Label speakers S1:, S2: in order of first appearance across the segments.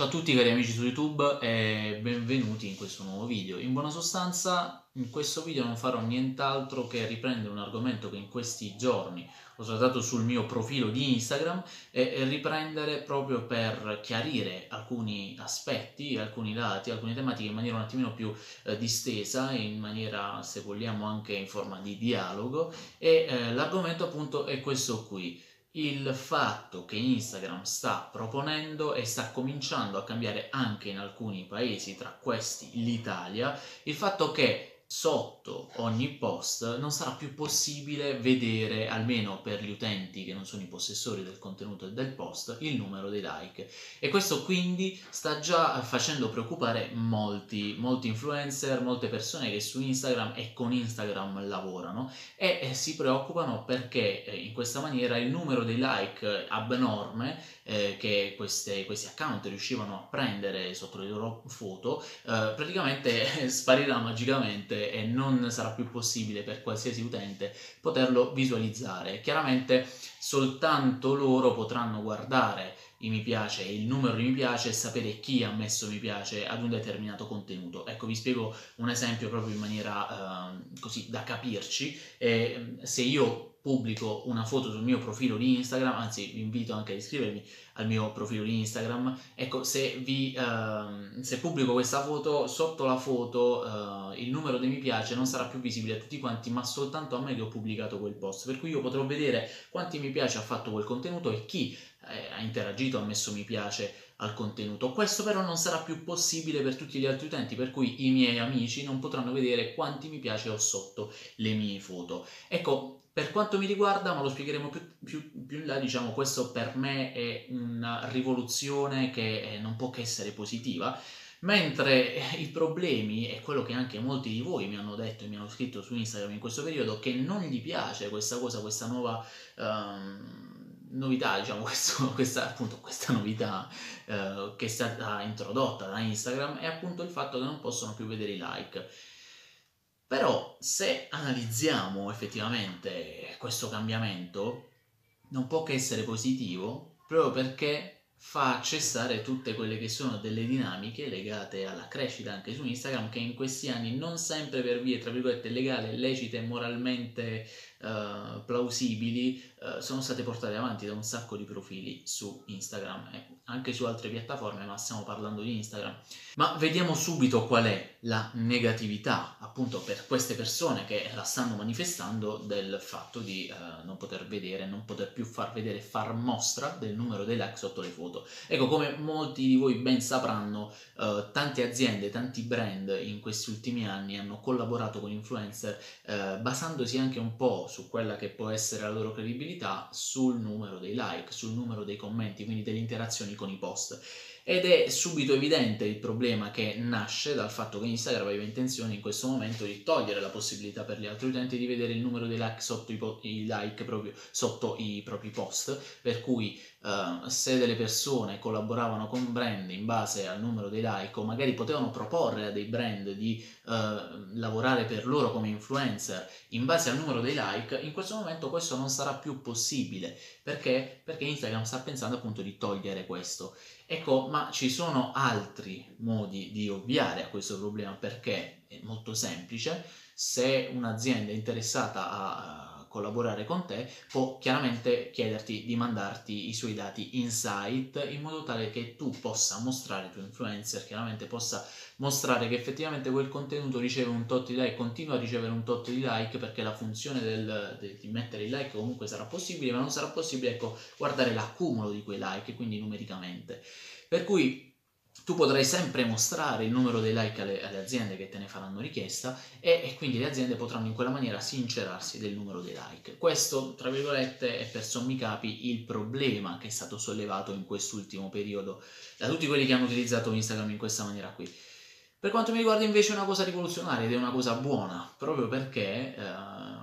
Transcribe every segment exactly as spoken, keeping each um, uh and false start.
S1: Ciao a tutti cari amici su YouTube e benvenuti in questo nuovo video. In buona sostanza, in questo video non farò nient'altro che riprendere un argomento che in questi giorni ho trattato sul mio profilo di Instagram e riprendere proprio per chiarire alcuni aspetti, alcuni lati, alcune tematiche in maniera un attimino più eh, distesa, in maniera, se vogliamo, anche in forma di dialogo. E eh, l'argomento appunto è questo qui: il fatto che Instagram sta proponendo e sta cominciando a cambiare anche in alcuni paesi, tra questi l'Italia, il fatto che sotto ogni post non sarà più possibile vedere, almeno per gli utenti che non sono i possessori del contenuto e del post, il numero dei like. E questo quindi sta già facendo preoccupare molti, molti influencer, molte persone che su Instagram e con Instagram lavorano e eh, si preoccupano perché eh, in questa maniera il numero dei like abnorme eh, che queste, questi account riuscivano a prendere sotto le loro foto eh, praticamente sparirà magicamente e non sarà più possibile per qualsiasi utente poterlo visualizzare. Chiaramente soltanto loro potranno guardare i mi piace, il numero di mi piace e sapere chi ha messo mi piace ad un determinato contenuto. Ecco, vi spiego un esempio proprio in maniera eh, così da capirci. Eh, se io pubblico una foto sul mio profilo di Instagram, anzi vi invito anche ad iscrivervi al mio profilo di Instagram, ecco, se, vi, eh, se pubblico questa foto, sotto la foto eh, il numero dei mi piace non sarà più visibile a tutti quanti, ma soltanto a me che ho pubblicato quel post, per cui io potrò vedere quanti mi piace ha fatto quel contenuto e chi eh, ha interagito, ha messo mi piace al contenuto. Questo però non sarà più possibile per tutti gli altri utenti, per cui i miei amici non potranno vedere quanti mi piace ho sotto le mie foto. Ecco, per quanto mi riguarda, ma lo spiegheremo più, più, più in là, diciamo, questo per me è una rivoluzione che non può che essere positiva, mentre i problemi, e quello che anche molti di voi mi hanno detto e mi hanno scritto su Instagram in questo periodo, che non gli piace questa cosa, questa nuova um, novità, diciamo, questo, questa, appunto, questa novità uh, che è stata introdotta da Instagram, è appunto il fatto che non possono più vedere i like. Però se analizziamo effettivamente questo cambiamento, non può che essere positivo, proprio perché fa cessare tutte quelle che sono delle dinamiche legate alla crescita anche su Instagram, che in questi anni non sempre per vie tra virgolette legali, lecite e moralmente uh, plausibili uh, sono state portate avanti da un sacco di profili su Instagram e anche su altre piattaforme, ma stiamo parlando di Instagram. Ma vediamo subito qual è la negatività appunto per queste persone che la stanno manifestando del fatto di eh, non poter vedere, non poter più far vedere, far mostra del numero dei like sotto le foto. Ecco, come molti di voi ben sapranno, eh, tante aziende, tanti brand in questi ultimi anni hanno collaborato con influencer eh, basandosi anche un po' su quella che può essere la loro credibilità sul numero dei like, sul numero dei commenti, quindi delle interazioni con i post. Ed è subito evidente il problema che nasce dal fatto che Instagram aveva intenzione in questo momento di togliere la possibilità per gli altri utenti di vedere il numero dei like sotto i, i like proprio sotto i propri post, per cui uh, se delle persone collaboravano con brand in base al numero dei like, o magari potevano proporre a dei brand di uh, lavorare per loro come influencer in base al numero dei like, in questo momento questo non sarà più possibile. Perché? Perché Instagram sta pensando appunto di togliere questo. Ecco, ma ci sono altri modi di ovviare a questo problema, perché è molto semplice. Se un'azienda è interessata a collaborare con te, può chiaramente chiederti di mandarti i suoi dati in site in modo tale che tu possa mostrare, il tuo influencer chiaramente possa mostrare che effettivamente quel contenuto riceve un tot di like, continua a ricevere un tot di like, perché la funzione del, de, di mettere il like comunque sarà possibile, ma non sarà possibile, ecco, guardare l'accumulo di quei like, quindi numericamente. Per cui tu potrai sempre mostrare il numero dei like alle, alle aziende che te ne faranno richiesta e, e quindi le aziende potranno in quella maniera sincerarsi del numero dei like. Questo, tra virgolette, è per sommi capi il problema che è stato sollevato in quest'ultimo periodo da tutti quelli che hanno utilizzato Instagram in questa maniera qui. Per quanto mi riguarda invece è una cosa rivoluzionaria ed è una cosa buona, proprio perché eh,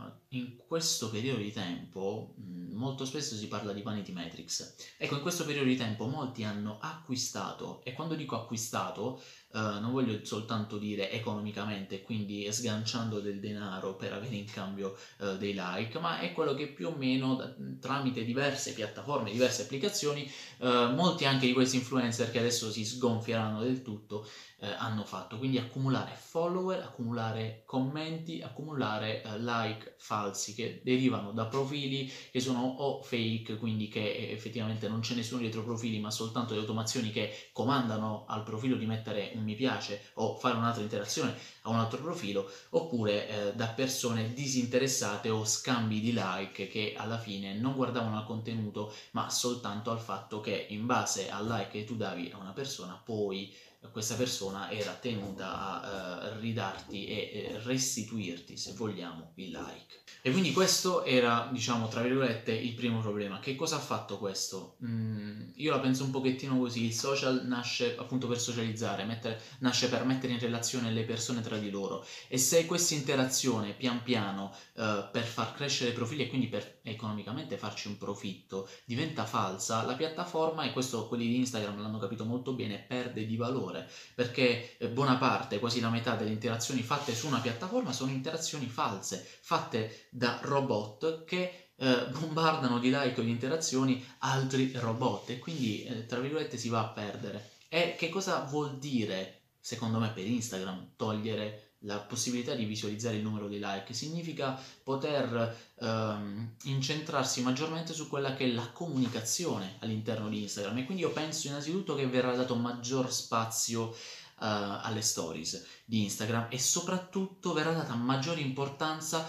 S1: in questo periodo di tempo mh, molto spesso si parla di vanity metrics. Ecco, in questo periodo di tempo molti hanno acquistato, e quando dico acquistato uh, non voglio soltanto dire economicamente, quindi sganciando del denaro per avere in cambio uh, dei like, ma è quello che più o meno da, tramite diverse piattaforme, diverse applicazioni, uh, molti anche di questi influencer che adesso si sgonfieranno del tutto uh, hanno fatto, quindi accumulare follower, accumulare commenti, accumulare uh, like falsi che derivano da profili che sono o fake, quindi che effettivamente non c'è nessuno dietro profili ma soltanto le automazioni che comandano al profilo di mettere un mi piace o fare un'altra interazione a un altro profilo, oppure eh, da persone disinteressate o scambi di like che alla fine non guardavano al contenuto ma soltanto al fatto che in base al like che tu davi a una persona poi questa persona era tenuta a uh, ridarti e uh, restituirti, se vogliamo, il like. E quindi questo era, diciamo, tra virgolette, il primo problema. Che cosa ha fatto questo? Mm, io la penso un pochettino così: il social nasce appunto per socializzare, mettere, nasce per mettere in relazione le persone tra di loro, e se questa interazione pian piano uh, per far crescere i profili e quindi per economicamente farci un profitto diventa falsa, la piattaforma, e questo quelli di Instagram l'hanno capito molto bene, perde di valore, perché buona parte, quasi la metà delle interazioni fatte su una piattaforma sono interazioni false, fatte da robot che eh, bombardano di like o di interazioni altri robot, e quindi eh, tra virgolette si va a perdere. E che cosa vuol dire, secondo me, per Instagram togliere la possibilità di visualizzare il numero dei like? Significa poter ehm, incentrarsi maggiormente su quella che è la comunicazione all'interno di Instagram, e quindi io penso innanzitutto che verrà dato maggior spazio Uh, alle stories di Instagram, e soprattutto verrà data maggiore importanza,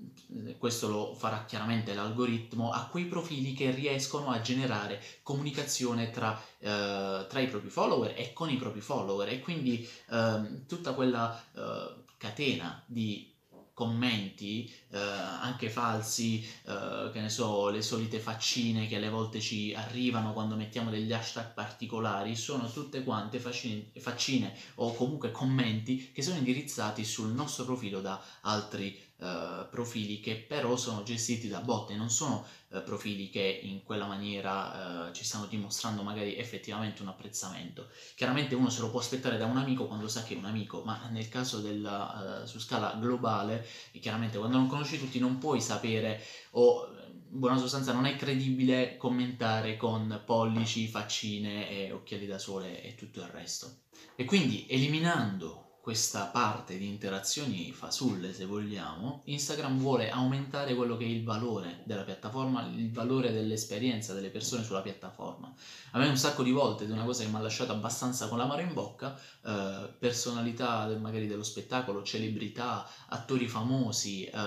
S1: questo lo farà chiaramente l'algoritmo, a quei profili che riescono a generare comunicazione tra, uh, tra i propri follower e con i propri follower, e quindi uh, tutta quella uh, catena di commenti eh, anche falsi, eh, che ne so, le solite faccine che alle volte ci arrivano quando mettiamo degli hashtag particolari, sono tutte quante faccine, faccine o comunque commenti che sono indirizzati sul nostro profilo da altri Uh, profili che però sono gestiti da bot, e non sono uh, profili che in quella maniera uh, ci stanno dimostrando magari effettivamente un apprezzamento. Chiaramente uno se lo può aspettare da un amico quando sa che è un amico, ma nel caso della, uh, su scala globale, e chiaramente quando non conosci tutti non puoi sapere, o in buona sostanza non è credibile commentare con pollici, faccine e occhiali da sole e tutto il resto. E quindi, eliminando questa parte di interazioni fasulle, se vogliamo, Instagram vuole aumentare quello che è il valore della piattaforma, il valore dell'esperienza delle persone sulla piattaforma. A me un sacco di volte, ed è una cosa che mi ha lasciato abbastanza con l'amaro in bocca, eh, personalità magari dello spettacolo, celebrità, attori famosi, eh,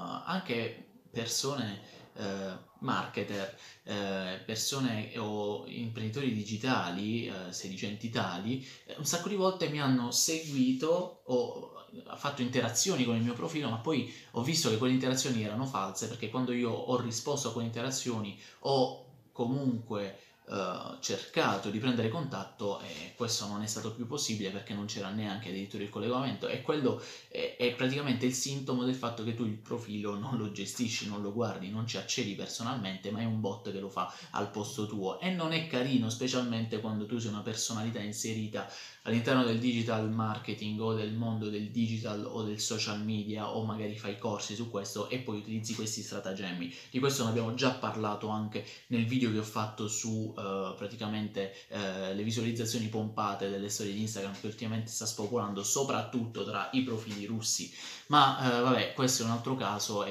S1: anche persone Uh, marketer, uh, persone o imprenditori digitali, uh, sedicenti tali, uh, un sacco di volte mi hanno seguito o ha fatto interazioni con il mio profilo, ma poi ho visto che quelle interazioni erano false, perché quando io ho risposto a quelle interazioni ho comunque Uh, cercato di prendere contatto, e questo non è stato più possibile perché non c'era neanche addirittura il collegamento, e quello è, è praticamente il sintomo del fatto che tu il profilo non lo gestisci, non lo guardi, non ci accedi personalmente, ma è un bot che lo fa al posto tuo, e non è carino, specialmente quando tu sei una personalità inserita all'interno del digital marketing o del mondo del digital o del social media, o magari fai corsi su questo e poi utilizzi questi stratagemmi. Di questo ne abbiamo già parlato anche nel video che ho fatto su uh, praticamente uh, le visualizzazioni pompate delle storie di Instagram, che ultimamente sta spopolando soprattutto tra i profili russi, ma uh, vabbè, questo è un altro caso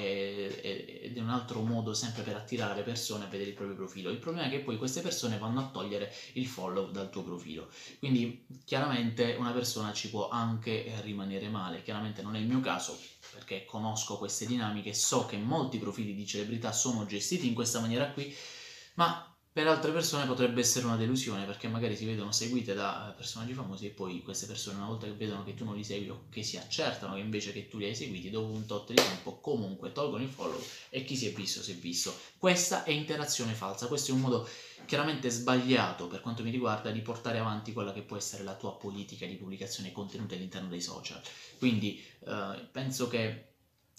S1: ed è un altro modo sempre per attirare le persone a vedere il proprio profilo. Il problema è che poi queste persone vanno a togliere il follow dal tuo profilo, quindi chiaramente una persona ci può anche rimanere male. Chiaramente non è il mio caso, perché conosco queste dinamiche, so che molti profili di celebrità sono gestiti in questa maniera qui, ma per altre persone potrebbe essere una delusione, perché magari si vedono seguite da personaggi famosi e poi queste persone, una volta che vedono che tu non li segui o che si accertano che invece che tu li hai seguiti, dopo un tot di tempo comunque tolgono il follow, e chi si è visto si è visto. Questa è interazione falsa, questo è un modo chiaramente sbagliato per quanto mi riguarda di portare avanti quella che può essere la tua politica di pubblicazione contenuti all'interno dei social. Quindi eh, penso che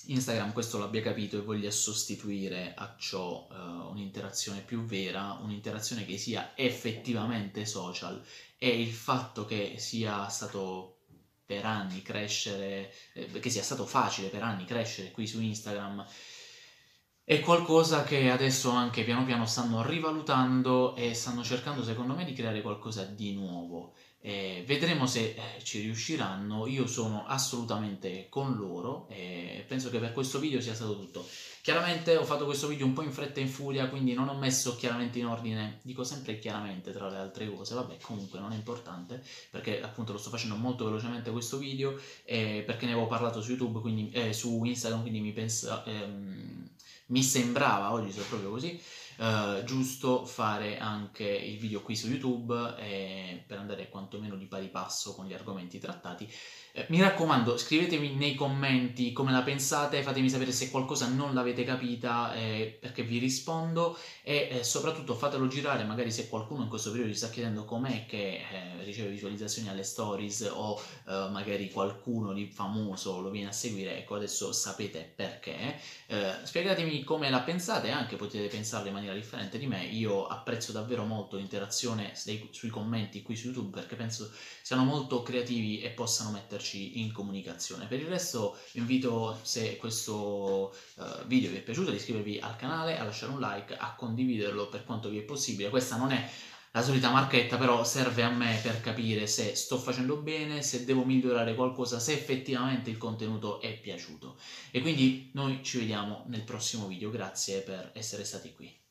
S1: Instagram questo l'abbia capito e voglia sostituire a ciò uh, un'interazione più vera, un'interazione che sia effettivamente social, e il fatto che sia stato per anni crescere, eh, che sia stato facile per anni crescere qui su Instagram, è qualcosa che adesso anche piano piano stanno rivalutando e stanno cercando, secondo me, di creare qualcosa di nuovo. Eh, vedremo se eh, ci riusciranno. Io sono assolutamente con loro e penso che per questo video sia stato tutto. Chiaramente ho fatto questo video un po' in fretta e in furia, quindi non ho messo chiaramente in ordine, dico sempre chiaramente tra le altre cose, vabbè, comunque non è importante, perché appunto lo sto facendo molto velocemente questo video, eh, perché ne avevo parlato su YouTube, quindi, eh, su Instagram, quindi mi pensa... Ehm, mi sembrava, oggi sono proprio così, eh, giusto fare anche il video qui su YouTube, eh, per andare quantomeno di pari passo con gli argomenti trattati. Eh, mi raccomando, scrivetemi nei commenti come la pensate, fatemi sapere se qualcosa non l'avete capita, eh, perché vi rispondo, e eh, soprattutto fatelo girare, magari se qualcuno in questo periodo vi sta chiedendo com'è che eh, riceve visualizzazioni alle stories, o eh, magari qualcuno di famoso lo viene a seguire, ecco, adesso sapete perché. Eh, spiegatemi come la pensate, anche potete pensarla in maniera differente di me. Io apprezzo davvero molto l'interazione sui commenti qui su YouTube, perché penso siano molto creativi e possano metterci in comunicazione. Per il resto vi invito, se questo uh, video vi è piaciuto, ad iscrivervi al canale, a lasciare un like, a condividerlo per quanto vi è possibile. Questa non è la solita marchetta, però serve a me per capire se sto facendo bene, se devo migliorare qualcosa, se effettivamente il contenuto è piaciuto. E quindi noi ci vediamo nel prossimo video, grazie per essere stati qui.